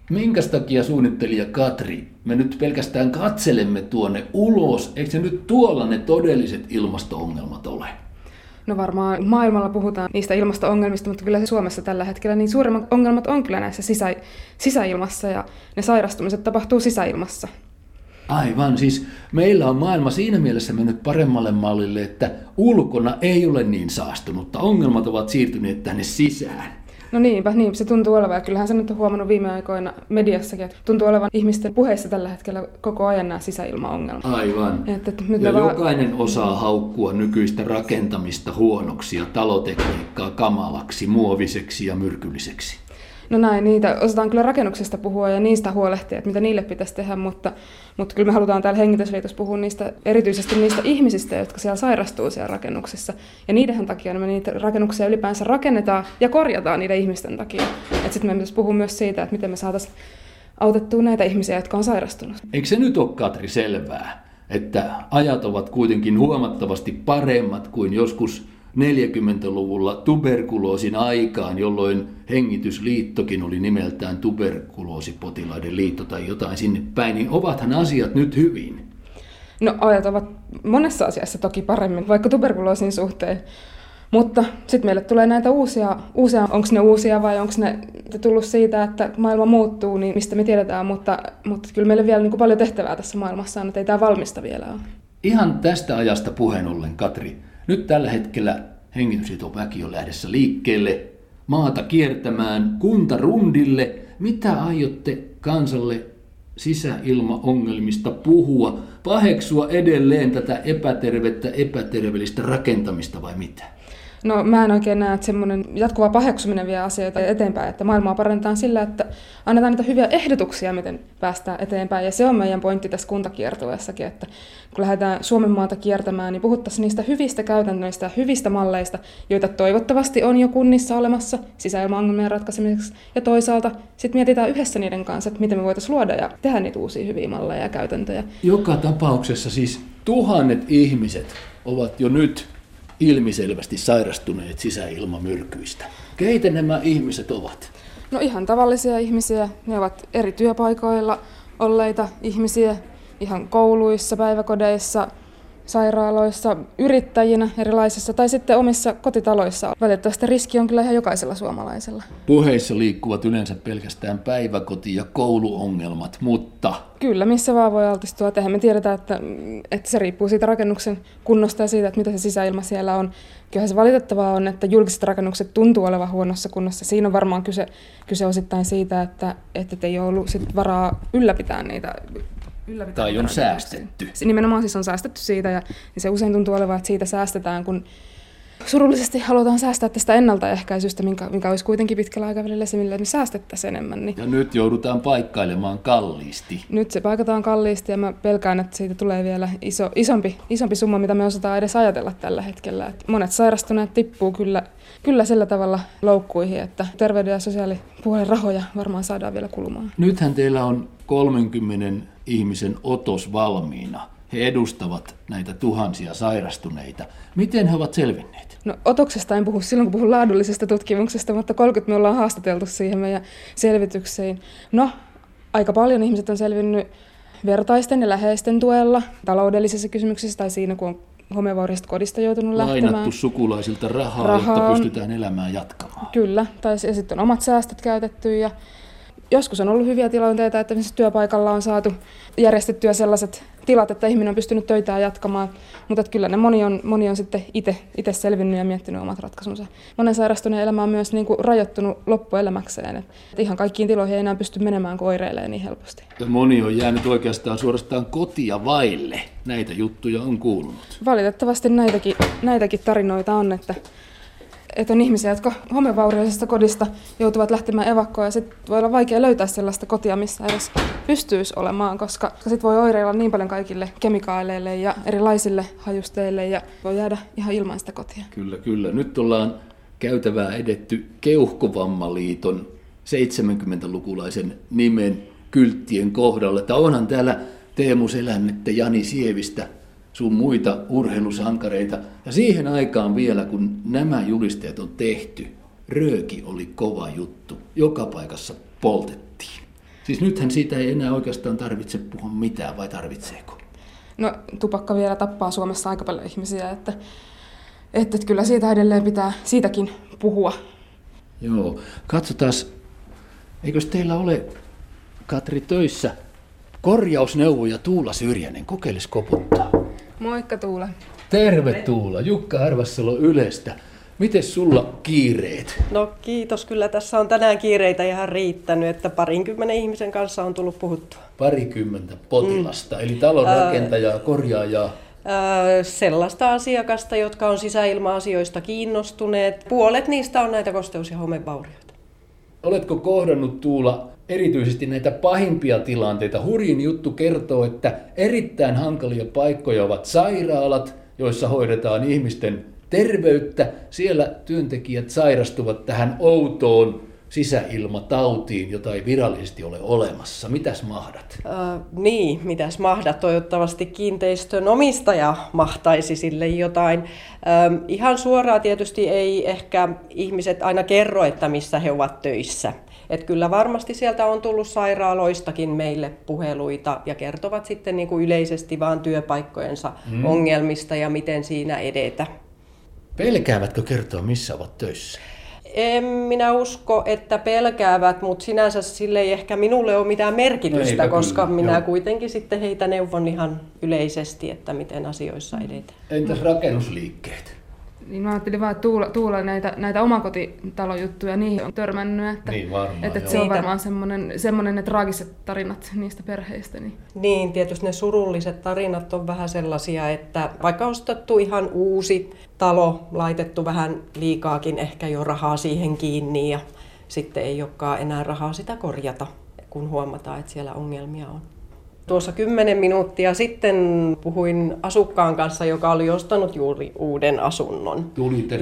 Minkäs takia suunnittelija Katri, me nyt pelkästään katselemme tuonne ulos, eikö se nyt tuolla ne todelliset ilmasto-ongelmat ole? No varmaan maailmalla puhutaan niistä ilmasto-ongelmista, mutta kyllä Suomessa tällä hetkellä niin suurimmat ongelmat on kyllä näissä sisäilmassa ja ne sairastumiset tapahtuu sisäilmassa. Aivan, siis meillä on maailma siinä mielessä mennyt paremmalle mallille, että ulkona ei ole niin saastunutta. Ongelmat ovat siirtyneet tänne sisään. No niinpä, se tuntuu olevan. Ja kyllähän se nyt on huomannut viime aikoina mediassakin, että tuntuu olevan ihmisten puheissa tällä hetkellä koko ajan nämä sisäilmaongelmat. Aivan. Nyt ja jokainen osaa haukkua nykyistä rakentamista huonoksi ja talotekniikkaa kamalaksi, muoviseksi ja myrkylliseksi. No näin, niitä osataan kyllä rakennuksesta puhua ja niistä huolehtia, että mitä niille pitäisi tehdä, mutta kyllä me halutaan täällä Hengitysliitossa puhua erityisesti niistä ihmisistä, jotka siellä sairastuu siellä rakennuksessa. Ja niiden takia me niitä rakennuksia ylipäänsä rakennetaan ja korjataan niiden ihmisten takia. Sitten me pitäisi puhua myös siitä, että miten me saataisiin autettua näitä ihmisiä, jotka on sairastunut. Eikö se nyt ole, Katri, selvää, että ajat ovat kuitenkin huomattavasti paremmat kuin joskus 40-luvulla tuberkuloosin aikaan, jolloin Hengitysliittokin oli nimeltään tuberkuloosipotilaiden liitto tai jotain sinne päin, niin ovathan asiat nyt hyvin? No ajat ovat monessa asiassa toki paremmin, vaikka tuberkuloosin suhteen. Mutta sitten meille tulee näitä uusia, onko ne uusia vai onko ne tullut siitä, että maailma muuttuu, niin mistä me tiedetään, mutta kyllä meillä vielä niin kuin paljon tehtävää tässä maailmassa on, että ei tämä valmista vielä ole. Ihan tästä ajasta puheen ollen, Katri. Nyt tällä hetkellä Hengitysliiton väki on lähdössä liikkeelle, maata kiertämään, kuntarundille. Mitä aiotte kansalle sisäilmaongelmista puhua? Paheksua edelleen tätä epäterveellistä rakentamista vai mitä? No mä en oikein näe, että semmoinen jatkuva paheksuminen vie asioita eteenpäin, että maailmaa parannetaan sillä, että annetaan niitä hyviä ehdotuksia, miten päästään eteenpäin. Ja se on meidän pointti tässä kuntakiertueessakin, että kun lähdetään Suomen maata kiertämään, niin puhuttaisiin niistä hyvistä käytännöistä ja hyvistä malleista, joita toivottavasti on jo kunnissa olemassa sisäilmaongelmien ratkaisemiseksi. Ja toisaalta sitten mietitään yhdessä niiden kanssa, että miten me voitaisiin luoda ja tehdä niitä uusia hyviä malleja ja käytäntöjä. Joka tapauksessa siis tuhannet ihmiset ovat jo nyt ilmiselvästi sairastuneet sisäilmamyrkyistä. Keitä nämä ihmiset ovat? No ihan tavallisia ihmisiä. Ne ovat eri työpaikoilla olleita ihmisiä, ihan kouluissa, päiväkodeissa, sairaaloissa, yrittäjinä erilaisissa tai sitten omissa kotitaloissa. Valitettavasti riski on kyllä ihan jokaisella suomalaisella. Puheissa liikkuvat yleensä pelkästään päiväkoti- ja kouluongelmat, mutta kyllä, missä vaan voi altistua. Me tiedetään, että se riippuu siitä rakennuksen kunnosta ja siitä, että mitä se sisäilma siellä on. Kyllähän se valitettavaa on, että julkiset rakennukset tuntuu olevan huonossa kunnossa. Siinä on varmaan kyse osittain siitä, että ei ole ollut sit varaa ylläpitää niitä. Tai on säästetty. Nimenomaan siis on säästetty siitä ja se usein tuntuu olevan, että siitä säästetään, kun surullisesti halutaan säästää tästä ennaltaehkäisystä, mikä olisi kuitenkin pitkällä aikavälillä se, millä me säästettäisiin enemmän. Niin ja nyt joudutaan paikkailemaan kalliisti. Nyt se paikataan kalliisti ja mä pelkään, että siitä tulee vielä isompi summa, mitä me osataan edes ajatella tällä hetkellä. Et monet sairastuneet tippuu kyllä sillä tavalla loukkuihin, että terveyden ja sosiaalipuolen rahoja varmaan saadaan vielä kulumaan. Nythän teillä on 30 ihmisen otos valmiina. He edustavat näitä tuhansia sairastuneita. Miten he ovat selvinneet? No otoksesta en puhu silloin, kun puhun laadullisesta tutkimuksesta, mutta 30 me ollaan haastateltu siihen meidän selvityksiin. No, aika paljon ihmiset on selvinnyt vertaisten ja läheisten tuella, taloudellisissa kysymyksissä tai siinä, kun on homevaurioisesta kodista joutunut lähtemään. Lainattu sukulaisilta rahaa, jotta pystytään elämään jatkamaan. Kyllä, ja sitten on omat säästöt käytetty ja joskus on ollut hyviä tilanteita, että työpaikalla on saatu järjestettyä sellaiset tilat, että ihminen on pystynyt töitään jatkamaan, mutta kyllä ne moni on sitten itse selvinnyt ja miettinyt omat ratkaisunsa. Monen sairastuneen elämä on myös niin kuin rajoittunut loppuelämäkseen, että ihan kaikkiin tiloihin ei enää pysty menemään, kun oireilee niin helposti. Ja moni on jäänyt oikeastaan suorastaan kotia vaille. Näitä juttuja on kuulunut. Valitettavasti näitäkin tarinoita on, että on ihmisiä, jotka homevaurioisesta kodista joutuvat lähtemään evakkoon ja sitten voi olla vaikea löytää sellaista kotia, missä edes pystyisi olemaan, koska sitten voi oireilla niin paljon kaikille kemikaaleille ja erilaisille hajusteille ja voi jäädä ihan ilman sitä kotia. Kyllä. Nyt ollaan käytävää edetty Keuhkovammaliiton 70-lukulaisen nimen kylttien kohdalle. Onhan täällä Teemu Selännettä, Jani Sievistä, sun muita urheilusankareita. Ja siihen aikaan vielä, kun nämä julisteet on tehty, rööki oli kova juttu. Joka paikassa poltettiin. Siis nythän siitä ei enää oikeastaan tarvitse puhua mitään, vai tarvitseeko? No tupakka vielä tappaa Suomessa aika paljon ihmisiä, että kyllä siitä edelleen pitää siitäkin puhua. Joo, katsotaan, eikös teillä ole, Katri, töissä korjausneuvoja Tuula Syrjänen? Kokeilis koputtaa. Moikka Tuula. Terve Tuula, Jukka Arvassalo Ylestä. Mites sulla kiireet? No kiitos, kyllä tässä on tänään kiireitä ihan riittänyt, että 20 ihmisen kanssa on tullut puhuttua. 20 potilasta, eli talonrakentajaa, korjaajaa. Sellaista asiakasta, jotka on sisäilma-asioista kiinnostuneet. Puolet niistä on näitä kosteus- ja homevaurioita. Oletko kohdannut, Tuula, erityisesti näitä pahimpia tilanteita? Hurjin juttu kertoo, että erittäin hankalia paikkoja ovat sairaalat, joissa hoidetaan ihmisten terveyttä. Siellä työntekijät sairastuvat tähän outoon sisäilmatautiin, jota ei virallisesti ole olemassa. Mitäs mahdat? Mitäs mahdat? Toivottavasti kiinteistön omistaja mahtaisi sille jotain. Ihan suoraan tietysti ei ehkä ihmiset aina kerro, että missä he ovat töissä. Et kyllä varmasti sieltä on tullut sairaaloistakin meille puheluita ja kertovat sitten niin kuin yleisesti vaan työpaikkojensa ongelmista ja miten siinä edetä. Pelkäävätkö kertoa, missä ovat töissä? En minä usko, että pelkäävät, mutta sinänsä sille ei ehkä minulle ole mitään merkitystä, koska minä kuitenkin sitten heitä neuvon ihan yleisesti, että miten asioissa edetään. Entäs rakennusliikkeet? Niin mä ajattelin vaan, että Tuula näitä omakotitalojuttuja, niihin on törmännyt, että, niin varmaan, että se on varmaan semmoinen ne traagiset tarinat niistä perheistä. Niin, tietysti ne surulliset tarinat on vähän sellaisia, että vaikka ostettu ihan uusi talo, laitettu vähän liikaakin ehkä jo rahaa siihen kiinni ja sitten ei olekaan enää rahaa sitä korjata, kun huomataan, että siellä ongelmia on. Tuossa 10 minuuttia sitten puhuin asukkaan kanssa, joka oli ostanut juuri uuden asunnon.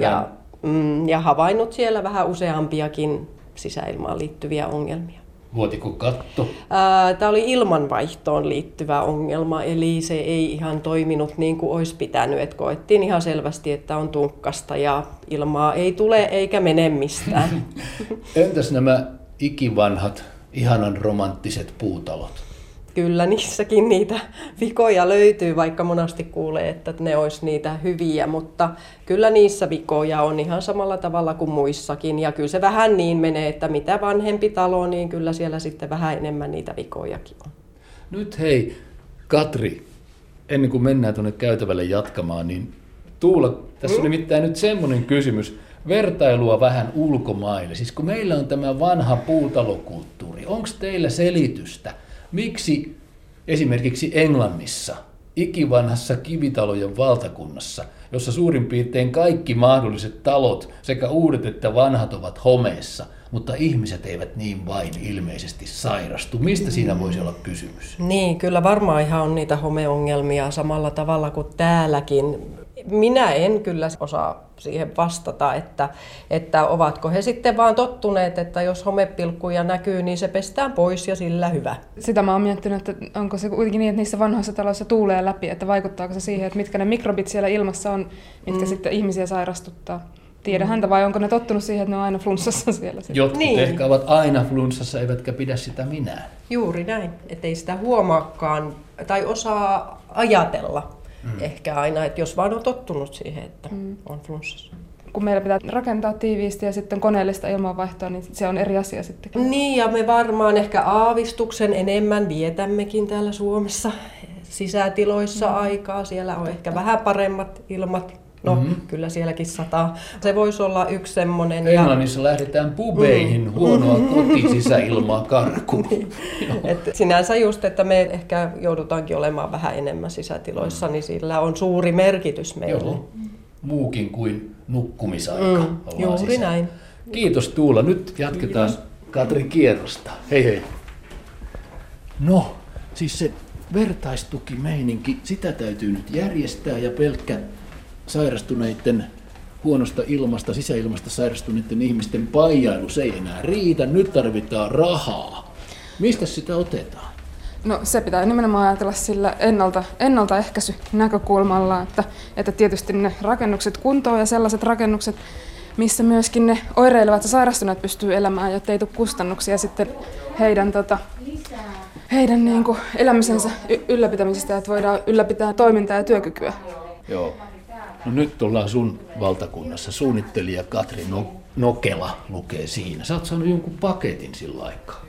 Ja havainnut siellä vähän useampiakin sisäilmaan liittyviä ongelmia. Vuotiko katto? Tämä oli ilmanvaihtoon liittyvä ongelma, eli se ei ihan toiminut niin kuin olisi pitänyt. Et koettiin ihan selvästi, että on tunkkasta ja ilmaa ei tule eikä mene mistään. Entäs nämä ikivanhat, ihanan romanttiset puutalot? Kyllä niissäkin niitä vikoja löytyy, vaikka monasti kuulee, että ne olisi niitä hyviä, mutta kyllä niissä vikoja on ihan samalla tavalla kuin muissakin. Ja kyllä se vähän niin menee, että mitä vanhempi talo, niin kyllä siellä sitten vähän enemmän niitä vikojakin on. Nyt hei, Katri, ennen kuin mennään tuonne käytävälle jatkamaan, niin Tuula, tässä on nimittäin nyt semmoinen kysymys, vertailua vähän ulkomaille. Siis kun meillä on tämä vanha puutalokulttuuri, onko teillä selitystä? Miksi esimerkiksi Englannissa, ikivanhassa kivitalojen valtakunnassa, jossa suurin piirtein kaikki mahdolliset talot, sekä uudet että vanhat, ovat homeessa, mutta ihmiset eivät niin vain ilmeisesti sairastu? Mistä siinä voisi olla kysymys? Niin, kyllä varmaan ihan on niitä homeongelmia samalla tavalla kuin täälläkin. Minä en kyllä osaa siihen vastata, että ovatko he sitten vaan tottuneet, että jos homepilkkuja näkyy, niin se pestään pois ja sillä hyvä. Sitä mä oon miettinyt, että onko se kuitenkin niin, että niissä vanhoissa taloissa tuulee läpi, että vaikuttaako se siihen, että mitkä ne mikrobit siellä ilmassa on, mitkä sitten ihmisiä sairastuttaa. Tiedä häntä, vai onko ne tottunut siihen, että ne on aina flunssassa siellä? Jotkut ehkä ovat aina flunssassa, eivätkä pidä sitä minään. Juuri näin, ettei sitä huomaakaan tai osaa ajatella. Ehkä aina, että jos vaan on tottunut siihen, että on flunssassa. Kun meillä pitää rakentaa tiiviisti ja sitten koneellista ilmanvaihtoa, niin se on eri asia sitten. Niin, ja me varmaan ehkä aavistuksen enemmän vietämmekin täällä Suomessa sisätiloissa aikaa. Siellä on ehkä vähän paremmat ilmat. No, kyllä sielläkin sataa. Se voisi olla yksi semmoinen. Englannissa lähdetään pubeihin huonoa kotisisäilmaa karkuun. Sinänsä just, että me ehkä joudutaankin olemaan vähän enemmän sisätiloissa, niin sillä on suuri merkitys meille. Joo. Muukin kuin nukkumisaika. Juuri näin. Kiitos Tuula. Nyt jatketaan Katri kierrosta. Hei hei. No, siis se vertaistukimeininki, sitä täytyy nyt järjestää ja pelkkä sairastuneiden huonosta ilmasta, sisäilmasta sairastuneiden ihmisten paijailu, se ei enää riitä. Nyt tarvitaan rahaa. Mistä sitä otetaan? No se pitää nimenomaan ajatella sillä ennaltaehkäisynäkökulmalla, että tietysti ne rakennukset kuntoon ja sellaiset rakennukset, missä myöskin ne oireilevat ja sairastuneet pystyy elämään, jotta ei tule kustannuksia sitten heidän niin kuin elämisensä ylläpitämisestä, että voidaan ylläpitää toimintaa ja työkykyä. Joo. No nyt ollaan sun valtakunnassa. Suunnittelija Katri Nokela lukee siinä. Sä oot saanut jonkun paketin sillä aikaa.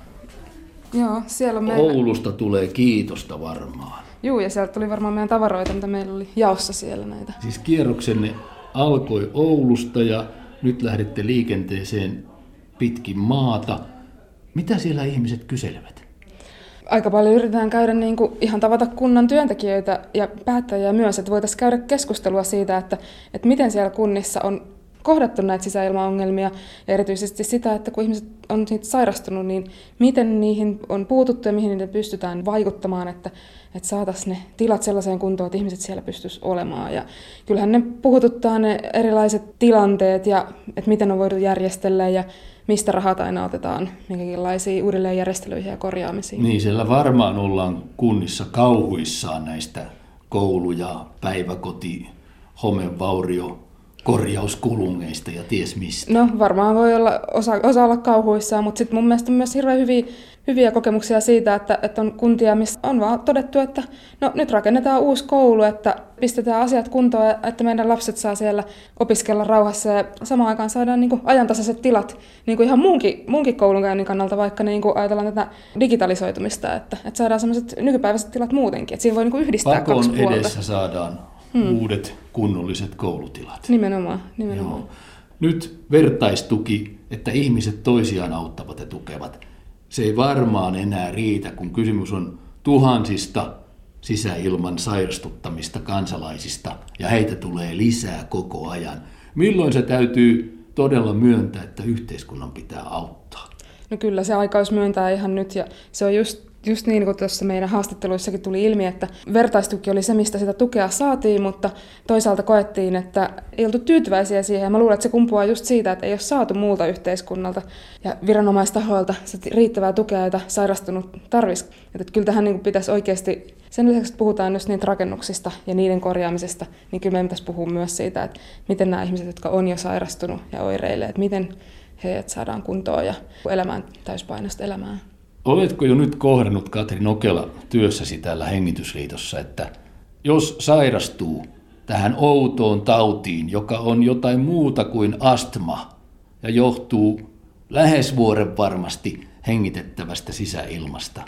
Joo, siellä on meillä... Oulusta tulee kiitosta varmaan. Juu, ja sieltä tuli varmaan meidän tavaroita, mitä meillä oli jaossa siellä näitä. Siis kierroksenne alkoi Oulusta ja nyt lähdette liikenteeseen pitkin maata. Mitä siellä ihmiset kyselevät? Aika paljon yritetään käydä niin kuin ihan tavata kunnan työntekijöitä ja päättäjiä myös, että voitaisiin käydä keskustelua siitä, että miten siellä kunnissa on kohdattu näitä sisäilmaongelmia ja erityisesti sitä, että kun ihmiset on siitä sairastunut, niin miten niihin on puututtu ja mihin niiden pystytään vaikuttamaan, että saataisiin ne tilat sellaiseen kuntoon, että ihmiset siellä pystyisivät olemaan. Ja kyllähän ne puhututtaa ne erilaiset tilanteet ja että miten on voitu järjestellä ja mistä rahat aina otetaan minkäkinlaisiin uudelleenjärjestelyihin ja korjaamisiin. Niin, siellä varmaan ollaan kunnissa kauhuissaan näistä koulu- ja päiväkoti, homevaurio, korjauskulungeista ja ties mistä. No varmaan voi olla osa olla kauhuissaan, mutta sitten mun mielestä on myös hirveän hyviä kokemuksia siitä, että on kuntia, missä on vaan todettu, että no nyt rakennetaan uusi koulu, että pistetään asiat kuntoon, että meidän lapset saa siellä opiskella rauhassa ja samaan aikaan saadaan niin kuin ajantasaiset tilat niin kuin ihan muunkin koulunkäynnin kannalta, vaikka niin kuin ajatellaan tätä digitalisoitumista, että saadaan sellaiset nykypäiväiset tilat muutenkin, että siinä voi niin kuin yhdistää kaksi puolta. Pakon edessä saadaan uudet kunnolliset koulutilat. Nimenomaan. Joo. Nyt vertaistuki, että ihmiset toisiaan auttavat ja tukevat. Se ei varmaan enää riitä, kun kysymys on tuhansista sisäilman sairastuttamista kansalaisista ja heitä tulee lisää koko ajan. Milloin se täytyy todella myöntää, että yhteiskunnan pitää auttaa? No kyllä se aika olisi myöntää ihan nyt ja se on just niin kuin tuossa meidän haastatteluissakin tuli ilmi, että vertaistuki oli se, mistä sitä tukea saatiin, mutta toisaalta koettiin, että ei oltu tyytyväisiä siihen. Ja mä luulen, että se kumpuaa just siitä, että ei ole saatu muulta yhteiskunnalta ja viranomaistahoilta riittävää tukea, jota sairastunut tarvitsisi. Että kyllä tähän niin kuin pitäisi oikeasti, sen lisäksi, että puhutaan just niitä rakennuksista ja niiden korjaamisesta, niin kyllä meidän pitäisi puhua myös siitä, että miten nämä ihmiset, jotka on jo sairastunut ja oireilee, että miten heidät saadaan kuntoon ja elämään täyspainoista elämää. Oletko jo nyt kohdannut, Katri Nokela, työssäsi täällä Hengitysliitossa, että jos sairastuu tähän outoon tautiin, joka on jotain muuta kuin astma ja johtuu lähes vuoren varmasti hengitettävästä sisäilmasta,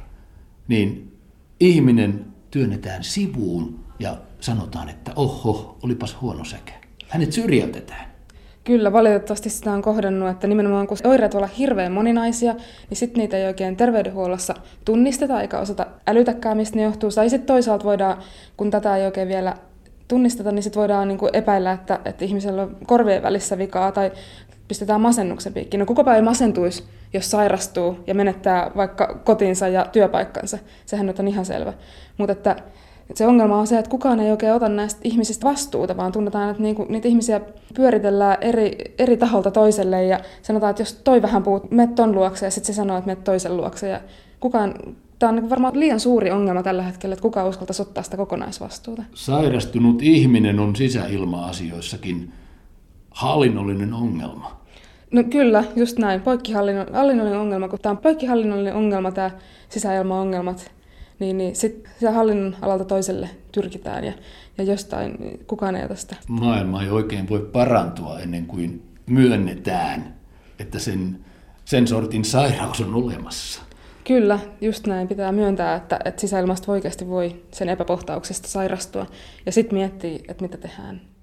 niin ihminen työnnetään sivuun ja sanotaan, että oho, olipas huono säkä. Hänet syrjäytetään. Kyllä, valitettavasti sitä on kohdannut, että nimenomaan kun oireet ovat hirveän moninaisia, niin sitten niitä ei oikein terveydenhuollossa tunnisteta eikä osata älytäkään, mistä ne johtuu. Tai sitten toisaalta voidaan, kun tätä ei oikein vielä tunnisteta, niin sitten voidaan niin kuin epäillä, että ihmisellä on korvien välissä vikaa tai pistetään masennuksen piikkiin. No kuka ei masentuisi, jos sairastuu ja menettää vaikka kotinsa ja työpaikkansa. Sehän nyt on ihan selvä. Mutta että se ongelma on se, että kukaan ei oikein ota näistä ihmisistä vastuuta, vaan tunnetaan, että niitä ihmisiä pyöritellään eri taholta toiselle ja sanotaan, että jos toi vähän puhut, mene ton luokse ja sitten se sanoo, että mene toisen luokse. Ja tämä on varmaan liian suuri ongelma tällä hetkellä, että kukaan uskaltaisi ottaa sitä kokonaisvastuuta. Sairastunut ihminen on sisäilma-asioissakin hallinnollinen ongelma. No kyllä, just näin. Poikkihallinnollinen ongelma, kun tämä on poikkihallinnollinen ongelma, tämä sisäilmaongelmat, niin sitten hallinnon alalta toiselle tyrkitään ja jostain kukaan ei ota sitä. Maailma ei oikein voi parantua ennen kuin myönnetään, että sen sortin sairaus on olemassa. Kyllä, just näin. Pitää myöntää, että sisäilmasta oikeasti voi sen epäpohtauksesta sairastua ja sitten miettiä, että mitä tehdään.